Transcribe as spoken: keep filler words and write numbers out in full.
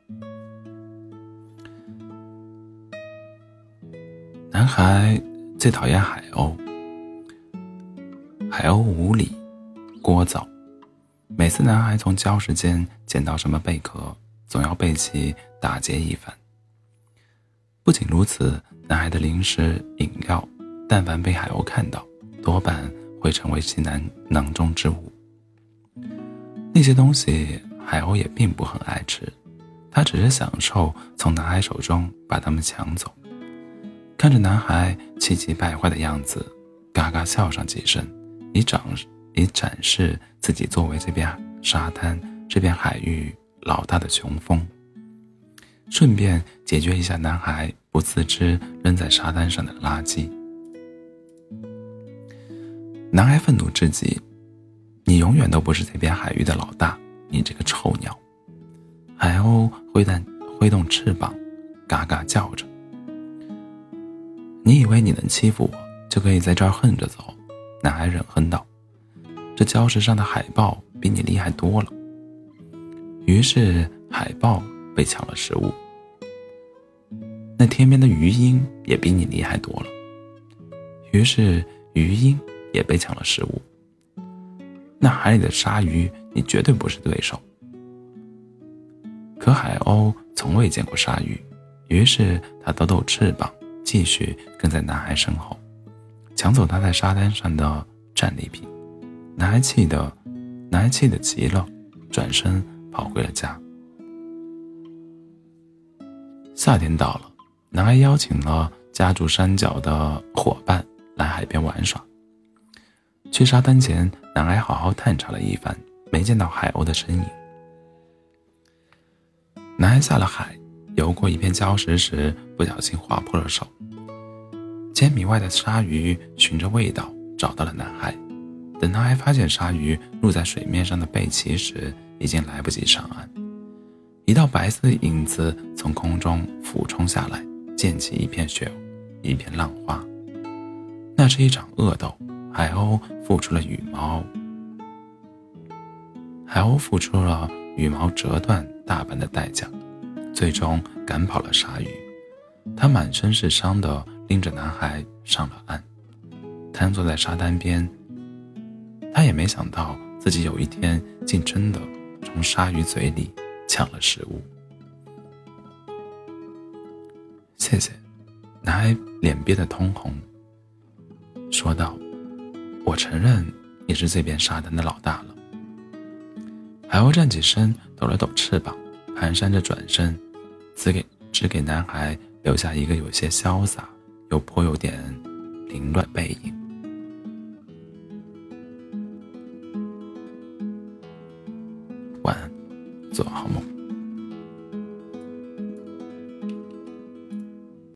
男孩最讨厌海鸥，海鸥无理、聒噪，每次男孩从礁石间捡到什么贝壳，总要被其打劫一番。不仅如此，男孩的零食、饮料，但凡被海鸥看到，多半会成为其囊囊中之物。那些东西，海鸥也并不很爱吃，它只是享受从男孩手中把它们抢走。看着男孩气急败坏的样子，嘎嘎笑上几声，以展以展示自己作为这片沙滩、这片海域老大的雄风，顺便解决一下男孩不自知扔在沙滩上的垃圾。男孩愤怒至极，你永远都不是这片海域的老大，你这个臭鸟！海鸥挥动挥动翅膀，嘎嘎叫着。你以为你能欺负我，就可以在这儿横着走？男孩忍哼道。这礁石上的海豹比你厉害多了。于是海豹被抢了食物。那天边的鱼鹰也比你厉害多了。于是鱼鹰也被抢了食物。那海里的鲨鱼你绝对不是对手。可海鸥从未见过鲨鱼，于是它抖抖翅膀，继续跟在男孩身后，抢走他在沙滩上的战利品。男孩气得男孩气得急了，转身跑回了家。夏天到了，男孩邀请了家住山脚的伙伴来海边玩耍。去沙滩前，男孩好好探查了一番，没见到海鸥的身影。男孩下了海，游过一片礁石时，不小心划破了手。千米外的鲨鱼循着味道找到了男孩。等男孩发现鲨鱼露在水面上的背鳍时，已经来不及上岸。一道白色的影子从空中俯冲下来，溅起一片雪，一片浪花。那是一场恶斗，海鸥付出了羽毛，海鸥付出了羽毛折断大半的代价，最终赶跑了鲨鱼。他满身是伤的拎着男孩上了岸，瘫坐在沙滩边。他也没想到自己有一天竟真的从鲨鱼嘴里抢了食物。谢谢，男孩脸憋得通红，说道：我承认你是这边沙滩的老大了。海鸥站起身，抖了抖翅膀，蹒跚着转身，只给只给男孩留下一个有些潇洒又颇有点凌乱的背影。晚安，做好梦。